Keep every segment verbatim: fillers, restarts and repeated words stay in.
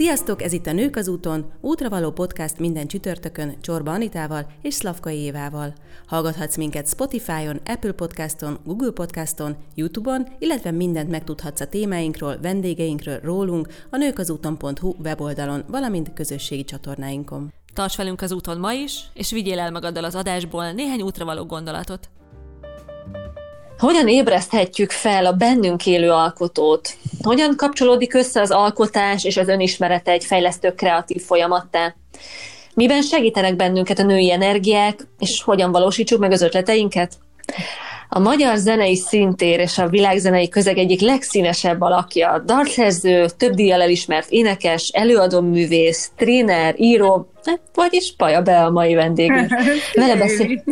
Sziasztok, ez itt a Nők az úton, útravaló podcast minden csütörtökön Csorba Anitával és Szlavkai Évával. Hallgathatsz minket Spotify-on, Apple Podcaston, Google Podcaston, YouTube-on, illetve mindent megtudhatsz a témáinkról, vendégeinkről, rólunk a nőkazúton pont hu weboldalon, valamint közösségi csatornáinkon. Tarts velünk az úton ma is, és vigyél el magaddal az adásból néhány útravaló gondolatot. Hogyan ébreszthetjük fel a bennünk élő alkotót? Hogyan kapcsolódik össze az alkotás és az önismeret egy fejlesztő kreatív folyamattá? Miben segítenek bennünket a női energiák, és hogyan valósítsuk meg az ötleteinket? A magyar zenei színtér és a világzenei közeg egyik legszínesebb alakja, dalszerző, több díjjal elismert énekes, előadó művész, tréner, író, vagyis Paja Bea a mai vendégünk. Vele beszél.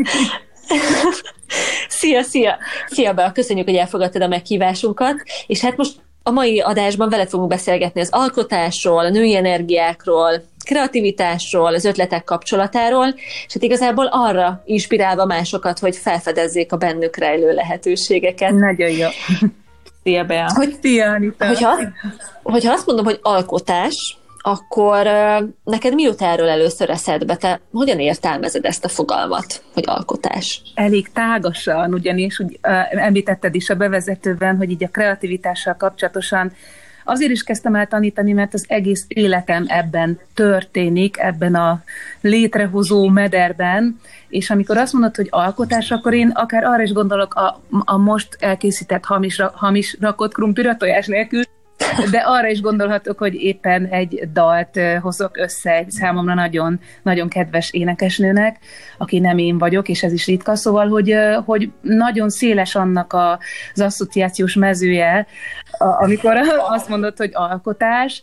Szia, szia! Szia, Bea, köszönjük, hogy elfogadtad a meghívásunkat, és hát most a mai adásban veled fogunk beszélgetni az alkotásról, a női energiákról, kreativitásról, az ötletek kapcsolatáról, és hát igazából arra inspirálva másokat, hogy felfedezzék a bennük rejlő lehetőségeket. Nagyon jó. Szia, Bea! Hogy, Szia, Anita! Hogyha, hogyha azt mondom, hogy alkotás, akkor neked mi jut erről először eszedbe? Te hogyan értelmezed ezt a fogalmat, hogy alkotás? Elég tágasan, ugyanis úgy, uh, említetted is a bevezetőben, hogy így a kreativitással kapcsolatosan azért is kezdtem el tanítani, mert az egész életem ebben történik, ebben a létrehozó mederben, és amikor azt mondod, hogy alkotás, akkor én akár arra is gondolok a, a most elkészített hamis, hamis rakott krumpira tojás nélkül, de arra is gondolhatok, hogy éppen egy dalt hozok össze egy számomra nagyon, nagyon kedves énekesnőnek, aki nem én vagyok, és ez is ritka, szóval, hogy, hogy nagyon széles annak az asszociációs mezője, amikor azt mondod, hogy alkotás.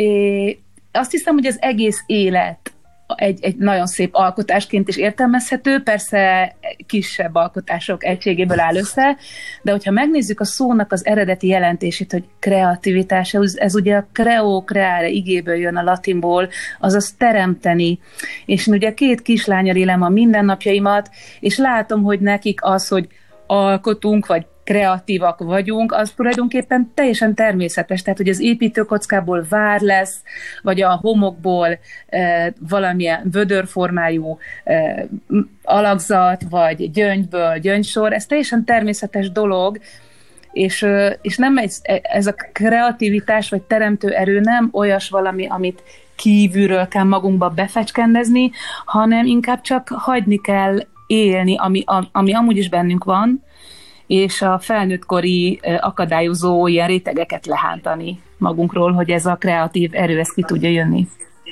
Azt hiszem, hogy az egész élet Egy, egy nagyon szép alkotásként is értelmezhető, persze kisebb alkotások egységéből áll össze, de hogyha megnézzük a szónak az eredeti jelentését, hogy kreativitás, ez, ez ugye a creo, creare igéből jön a latinból, azaz teremteni. És én ugye két kislányal élem a mindennapjaimat, és látom, hogy nekik az, hogy alkotunk, vagy kreatívak vagyunk, az tulajdonképpen teljesen természetes. Tehát, hogy az építőkockából vár lesz, vagy a homokból e, valamilyen vödörformájú e, alakzat, vagy gyöngyből gyöngysor, ez teljesen természetes dolog, és, és nem egy, ez a kreativitás, vagy teremtő erő nem olyas valami, amit kívülről kell magunkba befecskendezni, hanem inkább csak hagyni kell élni, ami, ami amúgy is bennünk van, és a felnőttkori akadályozó ilyen rétegeket lehántani magunkról, hogy ez a kreatív erő ezt ki tudja jönni.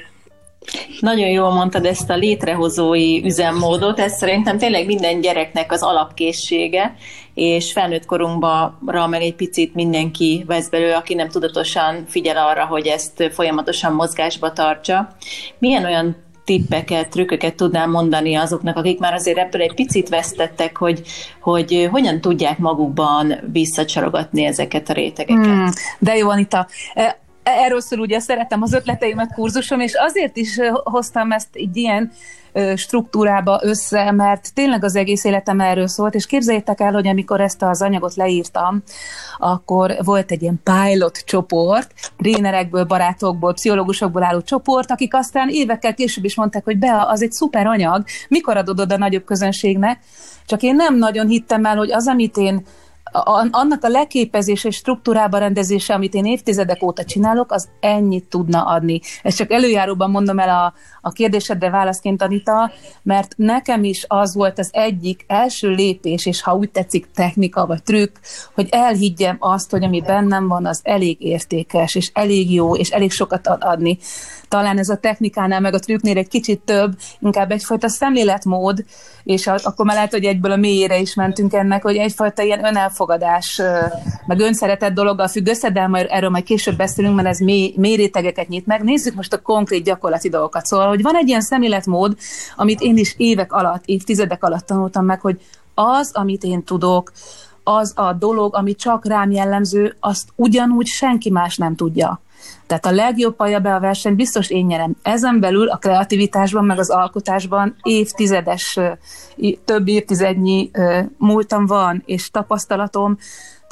Nagyon jól mondtad ezt a létrehozói üzemmódot, ez szerintem tényleg minden gyereknek az alapkészsége, és felnőtt korunkban meg egy picit mindenki vesz belőle, aki nem tudatosan figyel arra, hogy ezt folyamatosan mozgásba tartsa. Milyen olyan tippeket, trükköket tudnám mondani azoknak, akik már azért ebből egy picit vesztettek, hogy, hogy hogyan tudják magukban visszacsalogatni ezeket a rétegeket? Hmm, de jó, Anita. Erről szól ugye szeretem az ötleteimet kurzusom, és azért is hoztam ezt egy ilyen struktúrába össze, mert tényleg az egész életem erről szólt, és képzeljétek el, hogy amikor ezt az anyagot leírtam, akkor volt egy ilyen pilot csoport, trénerekből, barátokból, pszichológusokból álló csoport, akik aztán évekkel később is mondták, hogy Bea, az egy szuper anyag, mikor adod oda a nagyobb közönségnek, csak én nem nagyon hittem el, hogy az, amit én annak a leképezése és struktúrába rendezése, amit én évtizedek óta csinálok, az ennyit tudna adni. Ezt csak előjáróban mondom el a, a kérdésedre válaszként, Anita, mert nekem is az volt az egyik első lépés, és ha úgy tetszik technika vagy trükk, hogy elhiggyem azt, hogy ami bennem van, az elég értékes, és elég jó, és elég sokat ad adni. Talán ez a technikánál, meg a trükknél egy kicsit több, inkább egyfajta szemléletmód, és akkor már lehet, hogy egyből a mélyére is mentünk ennek, hogy egyfajta ilyen önelfogadás, meg önszeretet dologgal függ össze, de majd erről majd később beszélünk, mert ez mély, mély rétegeket nyit meg. Nézzük most a konkrét gyakorlati dolgokat. Szóval, hogy van egy ilyen szemléletmód, amit én is évek alatt, évtizedek alatt tanultam meg, hogy az, amit én tudok, az a dolog, ami csak rám jellemző, azt ugyanúgy senki más nem tudja. Tehát a legjobb Paja Bea verseny biztos én nyerem. Ezen belül a kreativitásban, meg az alkotásban évtizedes, több évtizednyi múltam van, és tapasztalatom.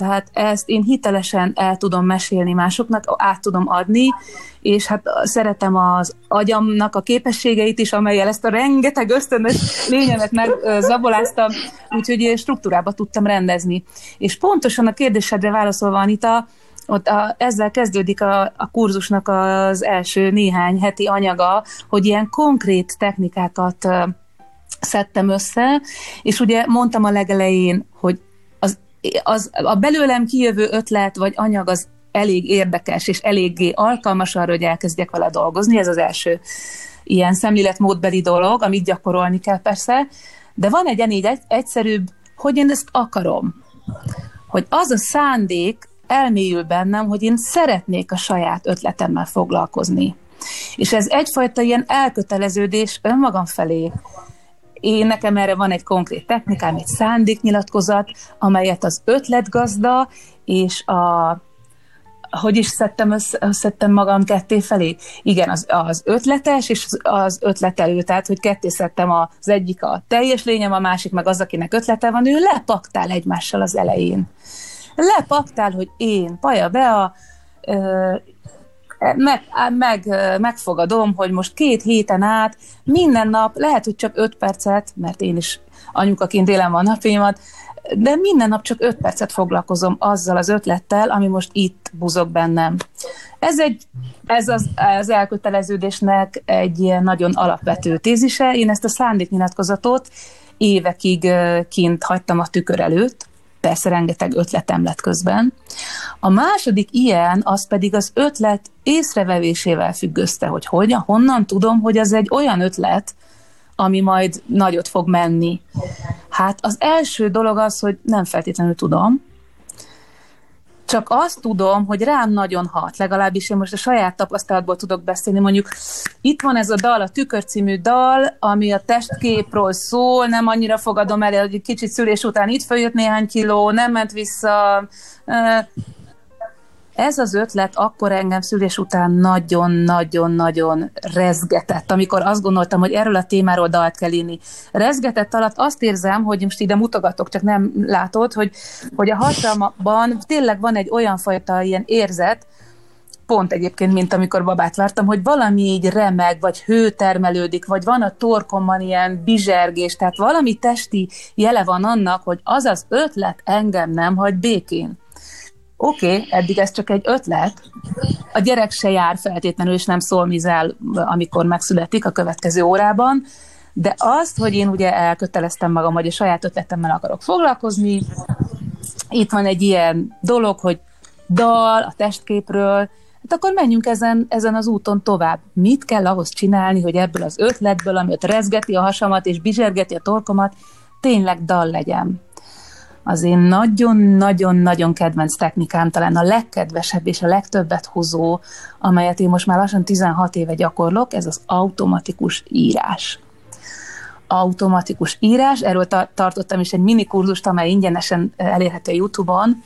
Tehát ezt én hitelesen el tudom mesélni másoknak, át tudom adni, és hát szeretem az agyamnak a képességeit is, amellyel ezt a rengeteg ösztönös lényemet megzaboláztam, úgyhogy struktúrába tudtam rendezni. És pontosan a kérdésedre válaszolva, Anita, ott a, ezzel kezdődik a, a kurzusnak az első néhány heti anyaga, hogy ilyen konkrét technikákat uh, szedtem össze, és ugye mondtam a legelején, hogy az, az, a belőlem kijövő ötlet vagy anyag az elég érdekes, és eléggé alkalmas arra, hogy elkezdjek vele dolgozni, ez az első ilyen szemléletmódbeli dolog, amit gyakorolni kell persze, de van egy ennél egy, egyszerűbb, hogy én ezt akarom. Hogy az a szándék elmélyül bennem, hogy én szeretnék a saját ötletemmel foglalkozni. És ez egyfajta ilyen elköteleződés önmagam felé. Én nekem erre van egy konkrét technikám, egy szándéknyilatkozat, amelyet az ötletgazda és a hogy is szedtem, össze, szedtem magam ketté felé? Igen, az, az ötletes és az ötletelő, tehát, hogy ketté szedtem az egyik a teljes lényem, a másik meg az, akinek ötlete van, ő lepaktál egymással az elején. Lepaktál, hogy én, Paja Bea, meg, meg, megfogadom, hogy most két héten át minden nap, lehet, hogy csak öt percet, mert én is anyukaként élem a napjaimat, de minden nap csak öt percet foglalkozom azzal az ötlettel, ami most itt buzog bennem. Ez, egy, ez az, az elköteleződésnek egy ilyen nagyon alapvető tézise. Én ezt a szándéknyilatkozatot évekig kint hagytam a tükör előtt, persze rengeteg ötletem lett közben. A második ilyen, az pedig az ötlet észrevevésével függ össze, hogy hogyan, honnan tudom, hogy az egy olyan ötlet, ami majd nagyot fog menni. Hát az első dolog az, hogy nem feltétlenül tudom, csak azt tudom, hogy rám nagyon hat, legalábbis én most a saját tapasztalatból tudok beszélni, mondjuk itt van ez a dal, a Tükör című dal, ami a testképről szól, nem annyira fogadom el, hogy kicsit szülés után itt följött néhány kiló, nem ment vissza. Ez az ötlet akkor engem szülés után nagyon-nagyon-nagyon rezgetett, amikor azt gondoltam, hogy erről a témáról dalt kell írni. Rezgetett alatt azt érzem, hogy most ide mutogatok, csak nem látod, hogy, hogy a hatalmban tényleg van egy olyan fajta ilyen érzet, pont egyébként, mint amikor babát vártam, hogy valami így remeg, vagy hő termelődik, vagy van a torkomban ilyen bizsergés, tehát valami testi jele van annak, hogy az az ötlet engem nem hagy békén. Oké, okay, eddig ez csak egy ötlet. A gyerek se jár feltétlenül, és nem szólmizál, amikor megszületik a következő órában, de azt, hogy én ugye elköteleztem magam, hogy a saját ötletemmel akarok foglalkozni, itt van egy ilyen dolog, hogy dal a testképről, hát akkor menjünk ezen, ezen az úton tovább. Mit kell ahhoz csinálni, hogy ebből az ötletből, ami ott rezgeti a hasamat és bizsergeti a torkomat, tényleg dal legyen. Az én nagyon-nagyon-nagyon kedvenc technikám, talán a legkedvesebb és a legtöbbet hozó, amelyet én most már lassan tizenhat éve gyakorlok, ez az automatikus írás. Automatikus írás, erről ta- tartottam is egy mini kurzust, amely ingyenesen elérhető a YouTube-on.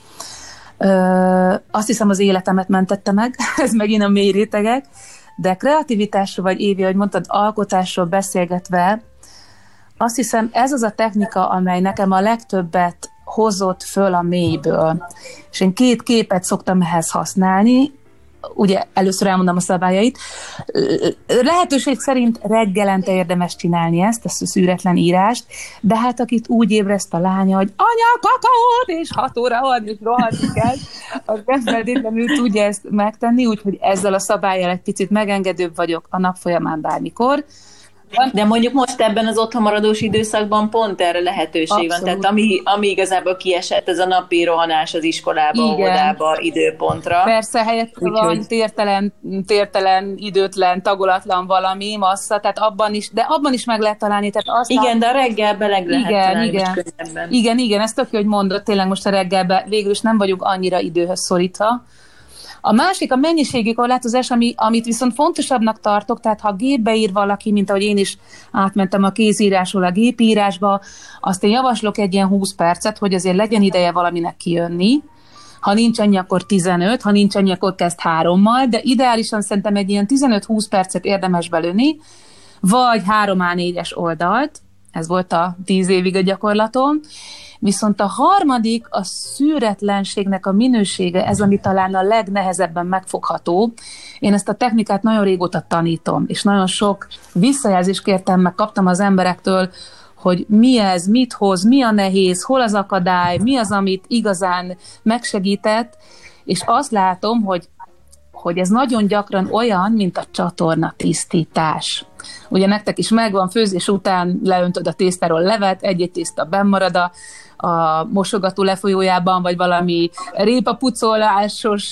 Ö, azt hiszem, az életemet mentette meg, ez megint a mély rétegek, de kreativitásról, vagy Évi, ahogy mondtad, alkotásról beszélgetve, azt hiszem, ez az a technika, amely nekem a legtöbbet hozott föl a mélyből. És én két képet szoktam ehhez használni, ugye először elmondom a szabályait. Lehetőség szerint reggelente érdemes csinálni ezt, ezt a szűretlen írást, de hát akit úgy ébreszt a lánya, hogy anya, kakaót, és hat óra van, és rohanni kell, az nem feltétlenül tudja ezt megtenni, úgyhogy ezzel a szabállyal egy picit megengedőbb vagyok a nap folyamán bármikor. De mondjuk most ebben az otthonmaradós időszakban pont erre lehetőség Abszolút. Van. Tehát ami, ami igazából kiesett, ez a napi rohanás az iskolába, óvodába, időpontra. Persze, helyett Úgy, van hogy... tértelen, tértelen, időtlen, tagolatlan valami, massza, tehát abban is, de abban is meg lehet találni. Tehát azt igen, de a reggelben leg lehet igen, találni igen. most könnyebben. Igen, igen, ezt tök jó, hogy mondod, tényleg most a reggelben végül is nem vagyunk annyira időhöz szorítva. A másik a mennyiségi korlátozás, ami, amit viszont fontosabbnak tartok, tehát ha gépbe ír valaki, mint ahogy én is átmentem a kézírásról a gépírásba, azt én javaslok egy ilyen húsz percet, hogy azért legyen ideje valaminek kijönni. Ha nincs ennyi, akkor tizenöt, ha nincs ennyi, akkor kezd hárommal, de ideálisan szerintem egy ilyen tizenöt-húsz percet érdemes belőni, vagy három á négyes oldalt, ez volt a tíz évig a gyakorlatom, Viszont a harmadik, a szűretlenségnek a minősége, ez, ami talán a legnehezebben megfogható. Én ezt a technikát nagyon régóta tanítom, és nagyon sok visszajelzést kértem, meg kaptam az emberektől, hogy mi ez, mit hoz, mi a nehéz, hol az akadály, mi az, amit igazán megsegített, és azt látom, hogy, hogy ez nagyon gyakran olyan, mint a csatorna tisztítás. Ugye nektek is megvan, főzés után leöntöd a tésztáról levet, egy-egy tészta benn marad a, a mosogató lefolyójában, vagy valami répapucolásos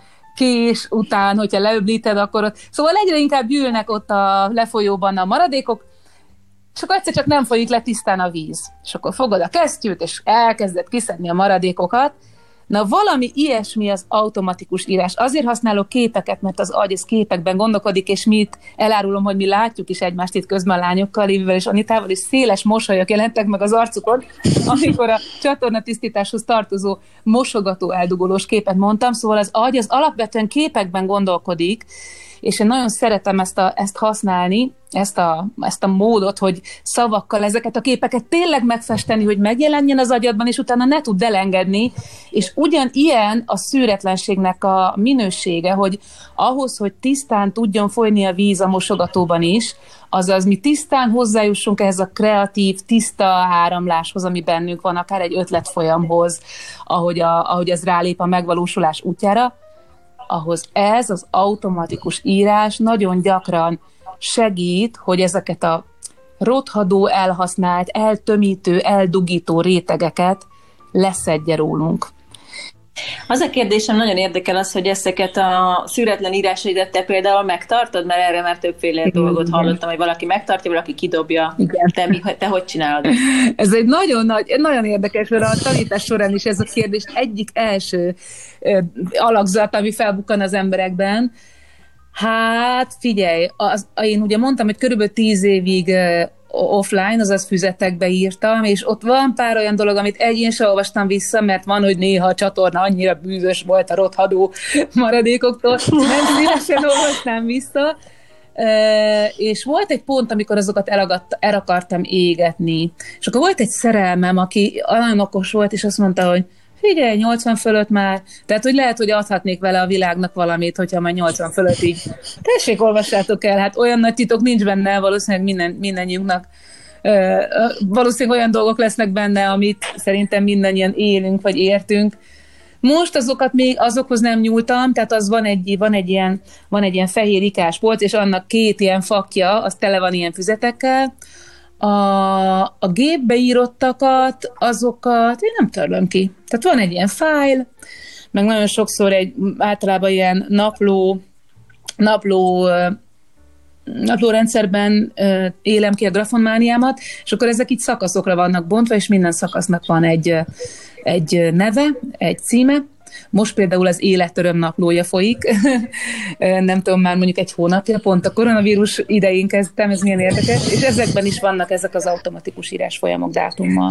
kés után, hogyha leöblíted, akkor ott... Szóval egyre inkább gyűlnek ott a lefolyóban a maradékok, és akkor egyszer csak nem folyik le tisztán a víz. És akkor fogod a kesztyűt, és elkezded kiszedni a maradékokat. Na valami ilyesmi az automatikus írás. Azért használok képeket, mert az agy ez képekben gondolkodik, és mi itt elárulom, hogy mi látjuk is egymást itt közben a lányokkal, Livivel és Anitával, és széles mosolyok jelentek meg az arcukon, amikor a csatornatisztításhoz tartozó mosogató eldugolós képet mondtam. Szóval az agy az alapvetően képekben gondolkodik, és én nagyon szeretem ezt, a, ezt használni, ezt a, ezt a módot, hogy szavakkal ezeket a képeket tényleg megfesteni, hogy megjelenjen az agyadban, és utána ne tud elengedni, és ugyanilyen a szűretlenségnek a minősége, hogy ahhoz, hogy tisztán tudjon folyni a víz a mosogatóban is, azaz mi tisztán hozzájussunk ehhez a kreatív, tiszta áramláshoz, ami bennünk van, akár egy ötletfolyamhoz, ahogy, a, ahogy ez rálép a megvalósulás útjára, ahhoz ez az automatikus írás nagyon gyakran segít, hogy ezeket a rothadó, elhasznált, eltömítő, eldugító rétegeket leszedje rólunk. Az a kérdésem nagyon érdekel az, hogy ezeket a szűretlen írásaidat te például megtartod, mert erre már többféle igen, dolgot igen. hallottam, hogy valaki megtartja, valaki kidobja. Igen. Te, mi, te hogy csinálod? Ez egy nagyon, nagy, nagyon érdekes, mert a tanítás során is ez a kérdés egyik első alakzat, ami felbukkan az emberekben. Hát figyelj, az, én ugye mondtam, hogy körülbelül tíz évig offline, azaz füzetekbe írtam, és ott van pár olyan dolog, amit egyén sem olvastam vissza, mert van, hogy néha a csatorna annyira bűzös volt a rothadó maradékoktól, nem szívesen olvastam vissza, Uh, és volt egy pont, amikor azokat elagadt, el akartam égetni. És akkor volt egy szerelmem, aki nagyon okos volt, és azt mondta, hogy figyelj, nyolcvan fölött már, tehát hogy lehet, hogy adhatnék vele a világnak valamit, hogyha már nyolcvan fölött így. Tessék, olvassátok el, hát olyan nagy titok nincs benne, valószínűleg minden, mindannyiunknak. Uh, valószínűleg olyan dolgok lesznek benne, amit szerintem mindannyian élünk, vagy értünk. Most azokat még azokhoz nem nyúltam, tehát az van egy, van egy ilyen, van egy ilyen fehér ikás polc, és annak két ilyen fakja, az tele van ilyen füzetekkel. A, a gépbe írottakat, azokat én nem törlöm ki. Tehát van egy ilyen fájl, meg nagyon sokszor egy általában ilyen napló, napló, naplórendszerben élem ki a grafonmániámat, és akkor ezek így szakaszokra vannak bontva, és minden szakasznak van egy, egy neve, egy címe. Most például az életöröm naplója folyik, nem tudom, már mondjuk egy hónapja, pont a koronavírus idején kezdtem, ez milyen érdekes, és ezekben is vannak ezek az automatikus írásfolyamok dátummal.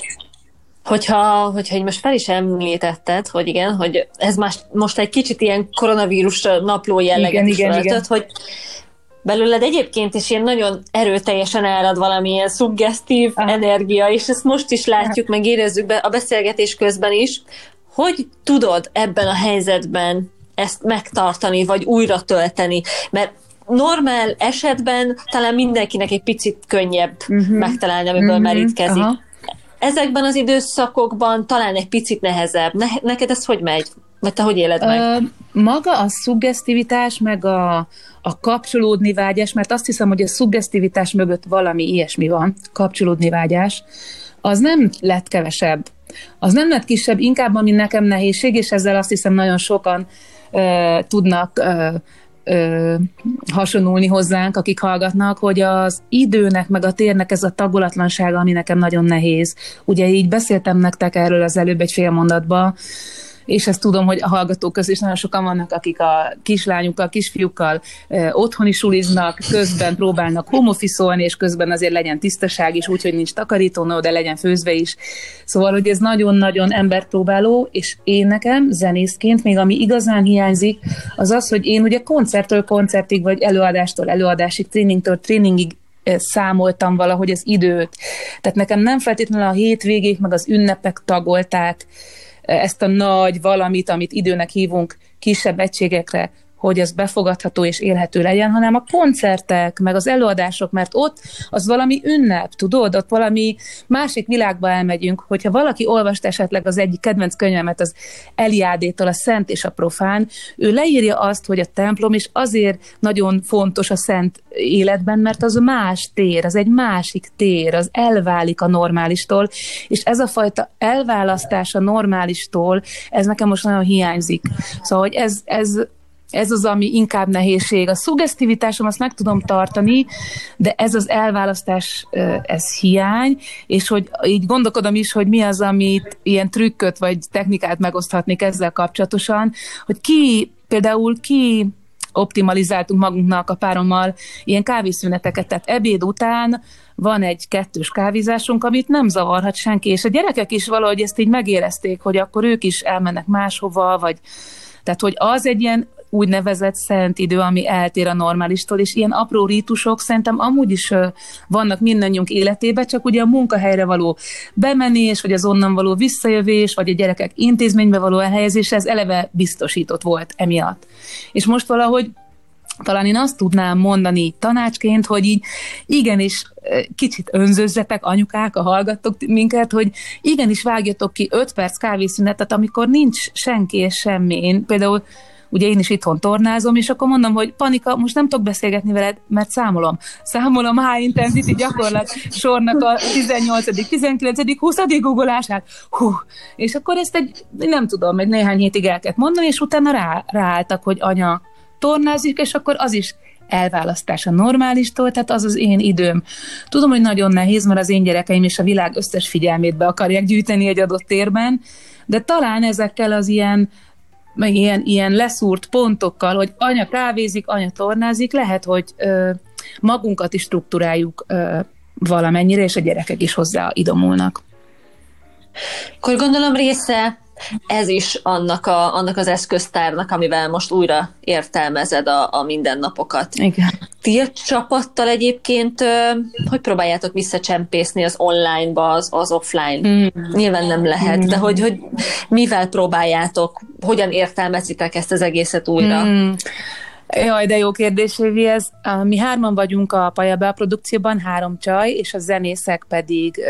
Hogyha, hogyha így most fel is említetted, hogy igen, hogy ez más, most egy kicsit ilyen koronavírus napló jelleget igen, is igen, öltött, igen. hogy belőled egyébként is ilyen nagyon erőteljesen árad valamilyen szuggesztív ah. energia, és ezt most is látjuk, meg érezzük be a beszélgetés közben is. Hogy tudod ebben a helyzetben ezt megtartani, vagy újra tölteni? Mert normál esetben talán mindenkinek egy picit könnyebb uh-huh. megtalálni, amiből uh-huh. merítkezik. Aha. Ezekben az időszakokban talán egy picit nehezebb. Ne- neked ez hogy megy? Vagy te hogy éled meg? Uh, maga a szuggesztivitás, meg a, a kapcsolódni vágyás, mert azt hiszem, hogy a szuggesztivitás mögött valami ilyesmi van, kapcsolódni vágyás, az nem lett kevesebb. Az nem lett kisebb, inkább ami nekem nehézség, és ezzel azt hiszem nagyon sokan uh, tudnak uh, uh, hasonulni hozzánk, akik hallgatnak, hogy az időnek, meg a térnek ez a tagolatlansága, ami nekem nagyon nehéz. Ugye így beszéltem nektek erről az előbb egy fél mondatban, és ezt tudom, hogy a hallgatók közül is nagyon sokan vannak, akik a kislányukkal, kisfiúkkal eh, otthoni suliznak, közben próbálnak home office-olni, és közben azért legyen tisztaság is, úgyhogy nincs takarítónó, de legyen főzve is. Szóval, hogy ez nagyon-nagyon emberpróbáló, és én nekem zenészként még ami igazán hiányzik, az az, hogy én ugye koncerttől koncertig, vagy előadástól előadásig, tréningtől tréningig számoltam valahogy az időt. Tehát nekem nem feltétlenül a hétvégék, meg az ünnepek tagolták ezt a nagy valamit, amit időnek hívunk, kisebb egységekre, hogy ez befogadható és élhető legyen, hanem a koncertek, meg az előadások, mert ott az valami ünnep, tudod, ott valami másik világba elmegyünk, hogyha valaki olvast esetleg az egyik kedvenc könyvemet, az Eliádétól, a Szent és a Profán, ő leírja azt, hogy a templom is azért nagyon fontos a szent életben, mert az más tér, az egy másik tér, az elválik a normálistól, és ez a fajta elválasztás a normálistól, ez nekem most nagyon hiányzik. Szóval, hogy ez, ez Ez az, ami inkább nehézség. A szuggesztivitásom azt meg tudom tartani, de ez az elválasztás, ez hiány, és hogy így gondolkodom is, hogy mi az, amit ilyen trükköt vagy technikát megoszthatnék ezzel kapcsolatosan, hogy ki, például ki optimalizáltunk magunknak a párommal ilyen kávészüneteket, tehát ebéd után van egy kettős kávézásunk, amit nem zavarhat senki, és a gyerekek is valahogy ezt így megérezték, hogy akkor ők is elmennek máshova, vagy tehát, hogy az egy ilyen úgynevezett szent idő, ami eltér a normálistól, és ilyen apró rítusok szerintem amúgy is vannak mindannyiunk életében, csak ugye a munkahelyre való bemenés, vagy az onnan való visszajövés, vagy a gyerekek intézménybe való elhelyezése, ez eleve biztosított volt emiatt. És most valahogy talán én azt tudnám mondani tanácsként, hogy így igenis kicsit önzőzzetek, anyukák, ha hallgattok minket, hogy igenis vágjatok ki öt perc kávészünetet, amikor nincs senki és semmi. Én például ugye én is itthon tornázom, és akkor mondom, hogy Panika, most nem tudok beszélgetni veled, mert számolom. Számolom a high intensity gyakorlat sornak a tizennyolcadik, tizenkilencedik, huszadik googolását. Hú, és akkor ezt egy, nem tudom, egy néhány hétig el kellett mondani, és utána rá, ráálltak, hogy anya tornázik, és akkor az is elválasztás a normálistól, tehát az az én időm. Tudom, hogy nagyon nehéz, mert az én gyerekeim és a világ összes figyelmét be akarják gyűjteni egy adott térben, de talán ezekkel az ilyen meg ilyen, ilyen leszúrt pontokkal, hogy anya kávézik, anya tornázik, lehet, hogy ö, magunkat is struktúráljuk ö, valamennyire, és a gyerekek is hozzá idomulnak. Akkor gondolom része ez is annak, a, annak az eszköztárnak, amivel most újra értelmezed a, a mindennapokat. Igen. Ti a csapattal egyébként hogy próbáljátok visszacsempészni az online-ba, az, az offline? Mm. Nyilván nem lehet, mm. de hogy, hogy mivel próbáljátok, hogyan értelmezitek ezt az egészet újra? Mm. Jaj, de jó kérdés, Évi, ez. Mi hárman vagyunk a Pajabel produkcióban, három csaj, és a zenészek pedig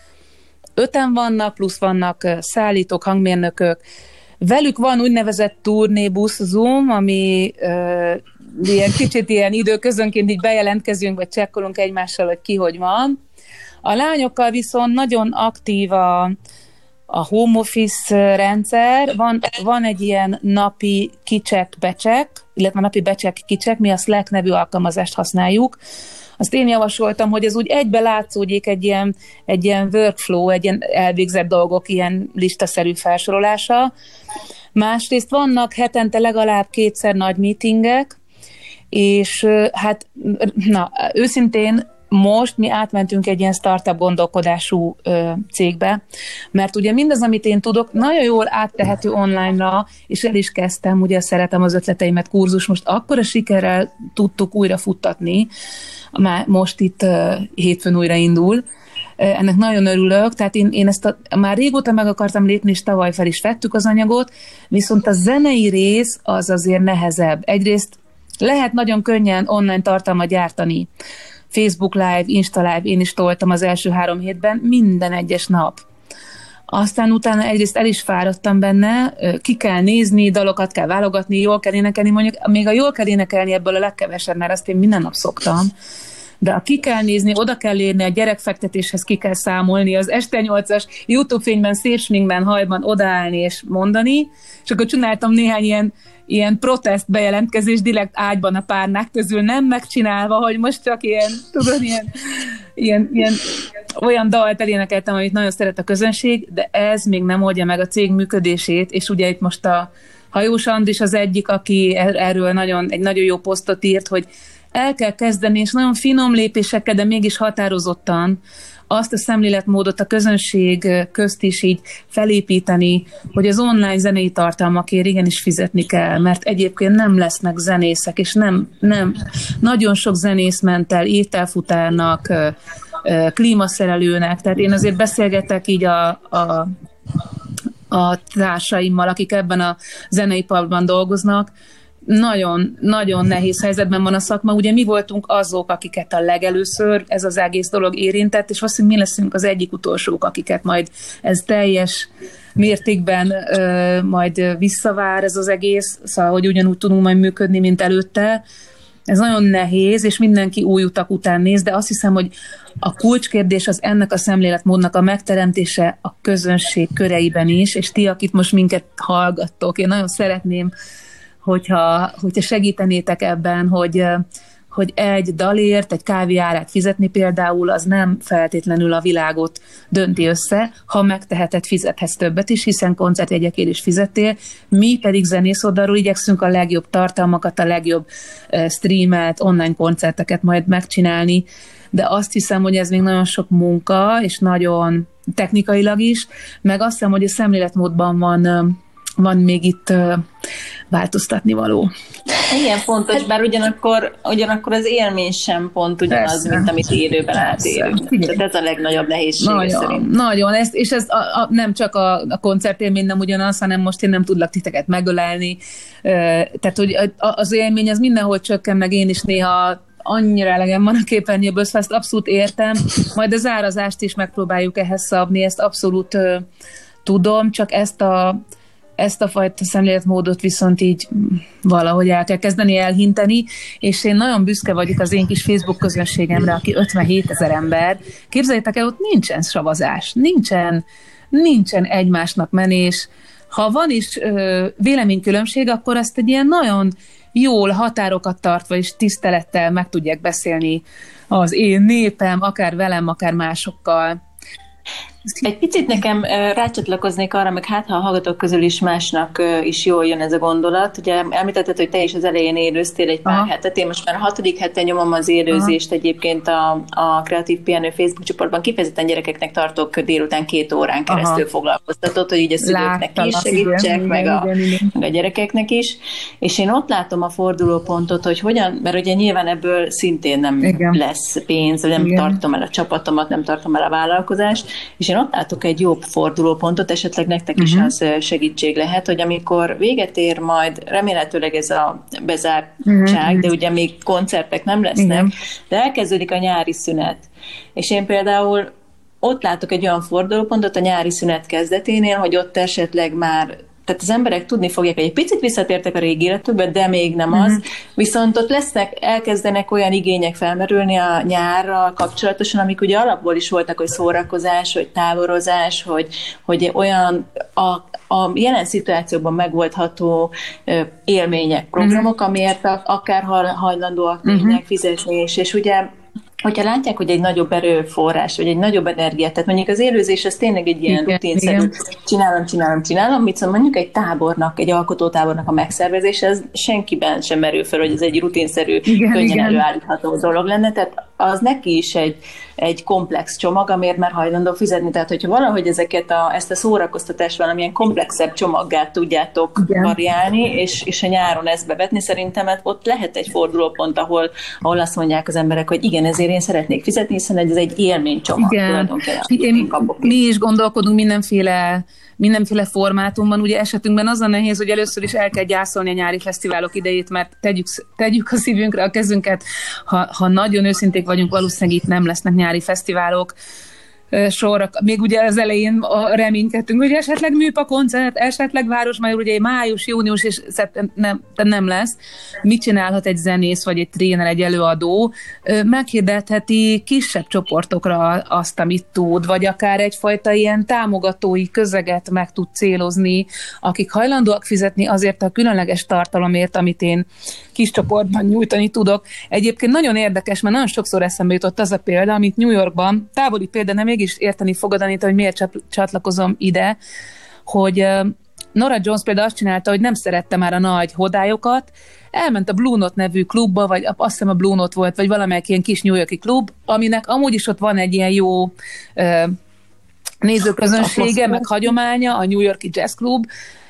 öten vannak, plusz vannak szállítók, hangmérnökök. Velük van úgynevezett turnébusz Zoom, ami uh, ilyen kicsit ilyen időközönként így bejelentkezünk, vagy csekkolunk egymással, hogy ki hogy van. A lányokkal viszont nagyon aktív a, a home office rendszer. Van, van egy ilyen napi kicsek-becsek, illetve napi becsek-kicsek, mi a Slack nevű alkalmazást használjuk. Azt én javasoltam, hogy ez úgy egybe látszódjék egy ilyen, egy ilyen workflow, egy ilyen elvégzett dolgok, ilyen listaszerű felsorolása. Másrészt vannak hetente legalább kétszer nagy meetingek, és hát na, őszintén most mi átmentünk egy ilyen startup gondolkodású ö, cégbe, mert ugye mindaz, amit én tudok, nagyon jól áttehető online-ra, és el is kezdtem, ugye szeretem az ötleteimet, kurzus, most akkora sikerrel tudtuk újra futtatni, már most itt uh, hétfőn újra indul. Ennek nagyon örülök, tehát én, én ezt a, már régóta meg akartam lépni, és tavaly fel is vettük az anyagot, viszont a zenei rész az azért nehezebb. Egyrészt lehet nagyon könnyen online tartalmat gyártani. Facebook Live, Insta Live, én is toltam az első három hétben, minden egyes nap. Aztán utána egyrészt el is fáradtam benne, ki kell nézni, dalokat kell válogatni, jól kell énekelni, mondjuk még a jól kell énekelni ebből a legkevesebb, mert azt én minden nap szoktam, de a ki kell nézni, oda kell érni, a gyerekfektetéshez ki kell számolni, az este nyolcas YouTube fényben, szép sminkben, hajban odaállni és mondani, és akkor csináltam néhány ilyen, ilyen protest bejelentkezés direkt ágyban a párnák közül, nem megcsinálva, hogy most csak ilyen, tudod, ilyen, ilyen, ilyen olyan dalt elénekeltem, amit nagyon szeret a közönség, de ez még nem oldja meg a cég működését, és ugye itt most a Hajós Andris az egyik, aki erről nagyon, egy nagyon jó posztot írt, hogy el kell kezdeni, és nagyon finom lépésekkel, de mégis határozottan azt a szemléletmódot a közönség közt is így felépíteni, hogy az online zenei tartalmakért igenis fizetni kell, mert egyébként nem lesznek zenészek, és nem, nem. Nagyon sok zenész ment el ételfutárnak, klímaszerelőnek, tehát én azért beszélgetek így a, a, a társaimmal, akik ebben a zeneiparban dolgoznak. Nagyon, nagyon nehéz helyzetben van a szakma. Ugye mi voltunk azok, akiket a legelőször ez az egész dolog érintett, és valószínűleg mi leszünk az egyik utolsók, akiket majd ez teljes mértékben ö, majd visszavár ez az egész, szóval, hogy ugyanúgy tudunk majd működni, mint előtte. Ez nagyon nehéz, és mindenki új utak után néz, de azt hiszem, hogy a kulcskérdés az ennek a szemléletmódnak a megteremtése a közönség köreiben is, és ti, akit most minket hallgattok, én nagyon szeretném, hogyha, hogyha segítenétek ebben, hogy, hogy egy dalért, egy kávé árát fizetni például, az nem feltétlenül a világot dönti össze, ha megteheted, fizethetsz többet is, hiszen koncertjegyekért is fizettél, mi pedig zenész oldalról igyekszünk a legjobb tartalmakat, a legjobb streamelt, online koncerteket majd megcsinálni, de azt hiszem, hogy ez még nagyon sok munka, és nagyon technikailag is, meg azt hiszem, hogy a szemléletmódban van van még itt uh, változtatni való. Igen, fontos, bár ugyanakkor, ugyanakkor az élmény sem pont ugyanaz, persze, mint amit élőben átélünk. Tehát ez a legnagyobb nehézség szerint. Nagyon, ezt, és ez a, a, nem csak a, a koncertélmény nem ugyanaz, hanem most én nem tudlak titeket megölelni. Uh, tehát, hogy az élmény az mindenhol csökken, meg én is néha annyira elegem van a képernyőből, szóval ezt abszolút értem. Majd az árazást is megpróbáljuk ehhez szabni, ezt abszolút uh, tudom, csak ezt a Ezt a fajta szemléletmódot viszont így valahogy el kell kezdeni elhinteni, és én nagyon büszke vagyok az én kis Facebook közönségemre, aki ötvenhétezer ember. Képzeljétek el, ott nincsen savazás, nincsen, nincsen egymásnak menés. Ha van is ö, véleménykülönbség, akkor ezt egy ilyen nagyon jól határokat tartva és tisztelettel meg tudják beszélni az én népem, akár velem, akár másokkal. Egy picit nekem rácsatlakoznék arra, meg hát ha a hallgatók közül is másnak is jól jön ez a gondolat. Ugye említetted, hogy te is az elején élőztél egy pár Aha. hetet. Én most már a hatodik heten nyomom az élőzést. Aha. Egyébként a, a Kreatív Pihenő Facebook csoportban kifejezetten gyerekeknek tartok délután két órán keresztül Aha. foglalkoztatott, hogy így a szülőknek is segítsek, meg a, meg a gyerekeknek is. És én ott látom a fordulópontot, hogy hogyan, mert ugye nyilván ebből szintén nem igen. lesz pénz, nem igen. tartom el a csapatomat, nem tartom el a vállalkozást, és én ott látok egy jobb fordulópontot, esetleg nektek uh-huh. is az segítség lehet, hogy amikor véget ér majd, remélhetőleg ez a bezártság, uh-huh. de ugye még koncertek nem lesznek, igen. de elkezdődik a nyári szünet. És én például ott látok egy olyan fordulópontot a nyári szünet kezdeténél, hogy ott esetleg már tehát az emberek tudni fogják, hogy egy picit visszatértek a régi életükbe, de még nem az. Uh-huh. Viszont ott lesznek, elkezdenek olyan igények felmerülni a nyárral kapcsolatosan, amik ugye alapból is voltak, hogy szórakozás, hogy táborozás, hogy, hogy olyan a, a jelen szituációban megoldható élmények, programok, uh-huh. amiért akár hajlandóak uh-huh. lénynek fizetni, és, és ugye hogyha látják, hogy egy nagyobb erőforrás, vagy egy nagyobb energiát, tehát mondjuk az élőzés, ez tényleg egy ilyen rutinszerű, csinálom, csinálom, csinálom, mit szóval mondjuk egy tábornak, egy alkotótábornak a megszervezése, ez senkiben sem merül fel, hogy ez egy rutinszerű, igen, könnyen igen. előállítható dolog lenne, tehát az neki is egy, egy komplex csomag, amiért már hajlandó fizetni, tehát hogyha valahogy ezeket a, ezt a szórakoztatást valamilyen komplexebb csomaggá tudjátok igen. variálni, és, és a nyáron ezt bevetni, szerintem ott lehet egy fordulópont, ahol, ahol azt mondják az emberek, hogy igen, ezért én szeretnék fizetni, hiszen ez egy élménycsomag. Igen, mi is gondolkodunk mindenféle, mindenféle formátumban. Ugye esetünkben az a nehéz, hogy először is el kell gyászolni a nyári fesztiválok idejét, mert tegyük, tegyük a szívünkre a kezünket. Ha, ha nagyon őszinték vagyunk, valószínűleg itt nem lesznek nyári fesztiválok. Sorra. Még ugye az elején reménykedtünk, hogy esetleg műpa koncert, esetleg Városmajor, ugye május, június és szeptember nem, nem lesz. Mit csinálhat egy zenész, vagy egy tréner, egy előadó? Meghirdetheti kisebb csoportokra azt, amit tud, vagy akár egyfajta ilyen támogatói közeget meg tud célozni, akik hajlandóak fizetni azért a különleges tartalomért, amit én kis csoportban nyújtani tudok. Egyébként nagyon érdekes, mert nagyon sokszor eszembe jutott az a példa, amit New Yorkban, távoli példa, nem mégis érteni fogod, Anita, hogy miért csatlakozom ide, hogy Norah Jones például azt csinálta, hogy nem szerette már a nagy hodályokat, elment a Blue Note nevű klubba, vagy azt hiszem a Blue Note volt, vagy valamelyik ilyen kis New York-i klub, aminek amúgy is ott van egy ilyen jó uh, nézőközönsége, meg hagyománya, a New York-i Jazz Club,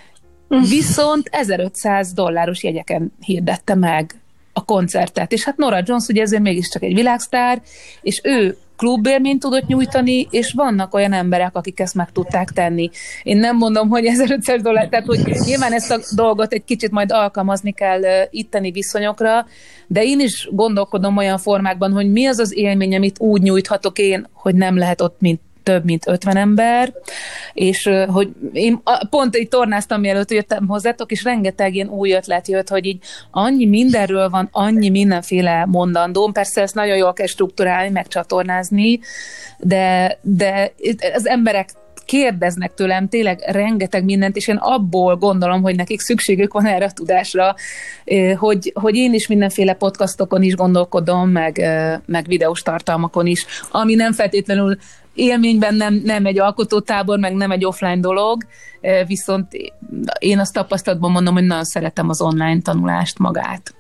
viszont ezerötszáz dolláros jegyeken hirdette meg a koncertet. És hát Norah Jones ugye ezért mégiscsak egy világsztár, és ő klubélményt tudott nyújtani, és vannak olyan emberek, akik ezt meg tudták tenni. Én nem mondom, hogy ezerötszáz dollár, tehát hogy nyilván ezt a dolgot egy kicsit majd alkalmazni kell uh, itteni viszonyokra, de én is gondolkodom olyan formákban, hogy mi az az élmény, amit úgy nyújthatok én, hogy nem lehet ott, mint több mint ötven ember, és uh, hogy én pont így tornáztam, mielőtt jöttem hozzátok, és rengeteg ilyen új ötlet jött, hogy így annyi mindenről van, annyi mindenféle mondandóm, persze ezt nagyon jól kell strukturálni, meg csatornázni, de, de az emberek kérdeznek tőlem tényleg rengeteg mindent, és én abból gondolom, hogy nekik szükségük van erre a tudásra, hogy, hogy én is mindenféle podcastokon is gondolkodom, meg, meg videós tartalmakon is, ami nem feltétlenül élményben nem, nem egy alkotótábor, meg nem egy offline dolog, viszont én azt tapasztalatban mondom, hogy nagyon szeretem az online tanulást magát.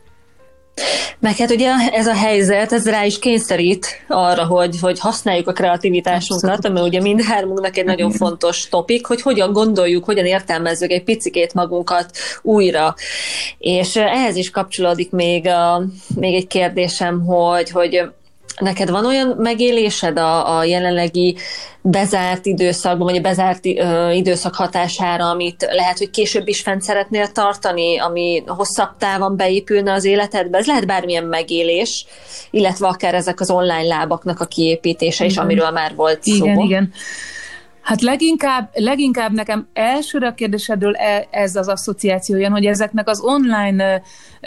Meg hát ugye ez a helyzet, ez rá is kényszerít arra, hogy, hogy használjuk a kreativitásunkat, abszolút, ami ugye mindhármunknak egy nagyon fontos topik, hogy hogyan gondoljuk, hogyan értelmezzük egy picikét magunkat újra. És ehhez is kapcsolódik még, a, még egy kérdésem, hogy, hogy neked van olyan megélésed a, a jelenlegi bezárt időszakban, vagy a bezárt ö, időszak hatására, amit lehet, hogy később is fent szeretnél tartani, ami hosszabb távon beépülne az életedbe? Ez lehet bármilyen megélés, illetve akár ezek az online lábaknak a kiépítése is, amiről már volt szó. Igen, igen. Hát leginkább, leginkább nekem elsőre a kérdésedről ez az asszociáció jön, hogy ezeknek az online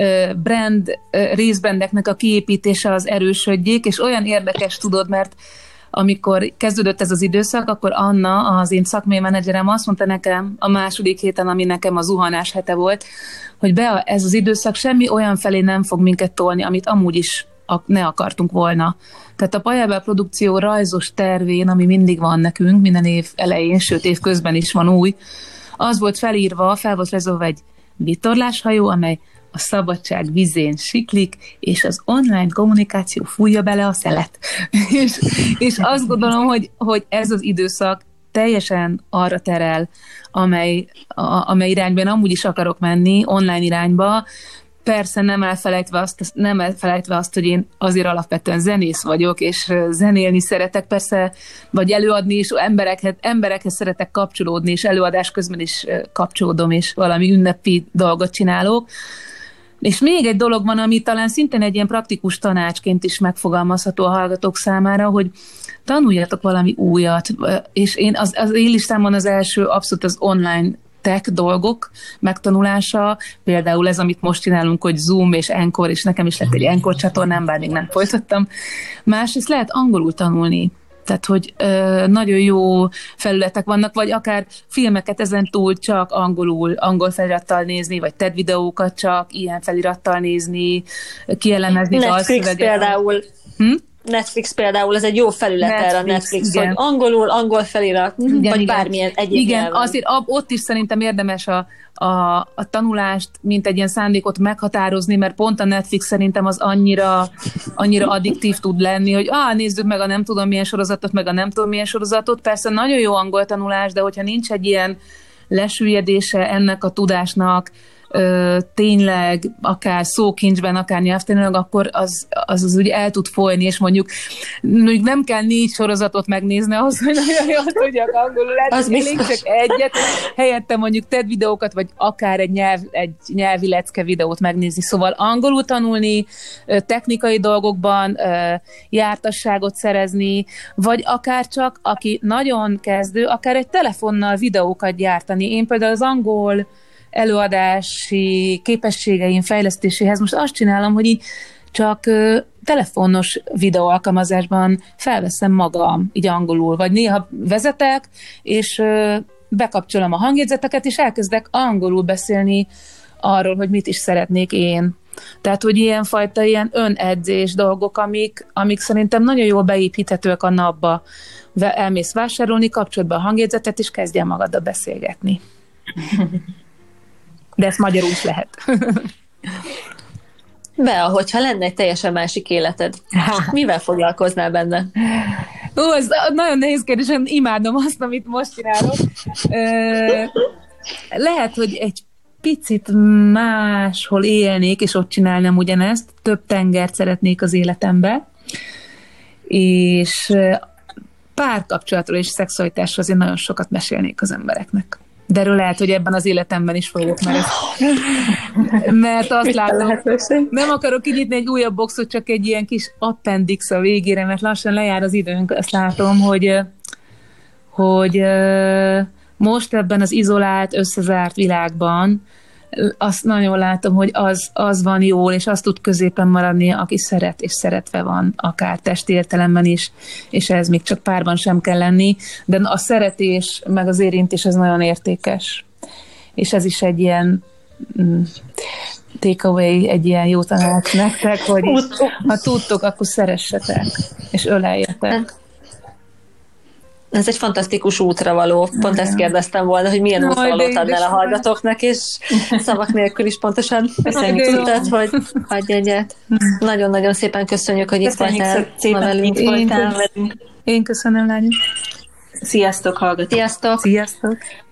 brand részbrandeknek a kiépítése az erősödjék, és olyan érdekes, tudod, mert amikor kezdődött ez az időszak, akkor Anna, az én szakmai menedzserem azt mondta nekem a második héten, ami nekem a zuhanás hete volt, hogy be ez az időszak semmi olyan felé nem fog minket tolni, amit amúgy is ne akartunk volna. Tehát a Pajabel produkció rajzos tervén, ami mindig van nekünk, minden év elején, sőt év közben is van új, az volt felírva, fel volt rajzolva egy vitorláshajó, amely a szabadság vizén siklik, és az online kommunikáció fújja bele a szelet. és, és azt gondolom, hogy, hogy ez az időszak teljesen arra terel, amely, a, amely irányban amúgy is akarok menni, online irányba. Persze nem elfelejtve azt, nem elfelejtve azt, hogy én azért alapvetően zenész vagyok, és zenélni szeretek, persze, vagy előadni is, emberekhez, emberekhez szeretek kapcsolódni, és előadás közben is kapcsolódom, és valami ünnepi dolgot csinálok. És még egy dolog van, ami talán szintén egy ilyen praktikus tanácsként is megfogalmazható a hallgatók számára, hogy tanuljatok valami újat, és én az, az én listámon az első abszolút az online tech dolgok megtanulása, például ez, amit most csinálunk, hogy Zoom és Encore, és nekem is lett egy Encore csatornám, bár még nem folytattam. Másrészt lehet angolul tanulni, tehát, hogy ö, nagyon jó felületek vannak, vagy akár filmeket ezen túl csak angolul, angol felirattal nézni, vagy TED videókat csak ilyen felirattal nézni, kielemezni Netflix például. Hm? Netflix például, ez egy jó felület Netflix, erre a Netflix, igen. Hogy angolul, angol felirat, igen, vagy igen. Bármilyen egyéb Igen, nyelven. Azért ott is szerintem érdemes a, a, a tanulást, mint egy ilyen szándékot meghatározni, mert pont a Netflix szerintem az annyira, annyira addiktív tud lenni, hogy ah, nézzük meg a nem tudom milyen sorozatot, meg a nem tudom milyen sorozatot. Persze nagyon jó angol tanulás, de hogyha nincs egy ilyen lesüllyedése ennek a tudásnak, Ö, tényleg akár szókincsben, akár nyelvtanilag, akkor az, az, az úgy el tud folyni, és mondjuk, mondjuk nem kell négy sorozatot megnézni ahhoz, hogy nagyon jól tudjak angolul. Az elég csak egyet, helyette mondjuk TED videókat, vagy akár egy, nyelv, egy nyelvi lecke videót megnézni. Szóval angolul tanulni, technikai dolgokban jártasságot szerezni, vagy akár csak, aki nagyon kezdő, akár egy telefonnal videókat gyártani. Én például az angol előadási képességeim fejlesztéséhez most azt csinálom, hogy így csak ö, telefonos videóalkalmazásban felveszem magam, így angolul, vagy néha vezetek, és ö, bekapcsolom a hangjegyzeteket, és elkezdek angolul beszélni arról, hogy mit is szeretnék én. Tehát, hogy ilyenfajta ilyen önedzés dolgok, amik, amik szerintem nagyon jól beépíthetőek a napba. Elmész vásárolni, kapcsolod be a hangjegyzetet, és kezdjen magaddal beszélgetni. De ezt magyarul is lehet. Be, hogyha lenne egy teljesen másik életed, mivel foglalkoznál benne? Ó, ez nagyon nehéz kérdés, én imádom azt, amit most csinálok. Lehet, hogy egy picit máshol élnék, és ott csinálnám ugyanezt. Több tengert szeretnék az életembe. És párkapcsolatról és szexualitásról azért nagyon sokat mesélnék az embereknek. De erről lehet, hogy ebben az életemben is fogok, mert, mert azt látom, nem akarok kinyitni egy újabb boxot, csak egy ilyen kis appendix a végére, mert lassan lejár az időnk, azt látom, hogy, hogy most ebben az izolált, összezárt világban azt nagyon látom, hogy az, az van jól, és az tud középen maradni, aki szeret, és szeretve van, akár testi értelemben is, és ez még csak párban sem kell lenni, de a szeretés, meg az érintés, ez nagyon értékes. És ez is egy ilyen mm, takeaway, egy ilyen jó tanács nektek, hogy ha tudtok, akkor szeressetek, és öleljetek. Ez egy fantasztikus útra való. Pont ezt kérdeztem volna, hogy milyen útravalót adnál a hallgatóknak, és szavak nélkül is pontosan köszönjük tudtad, hogy adj egyet. Nagyon-nagyon szépen köszönjük, hogy itt voltál ma velünk. Én köszönöm, lányok. Sziasztok, hallgatók! Sziasztok! Sziasztok!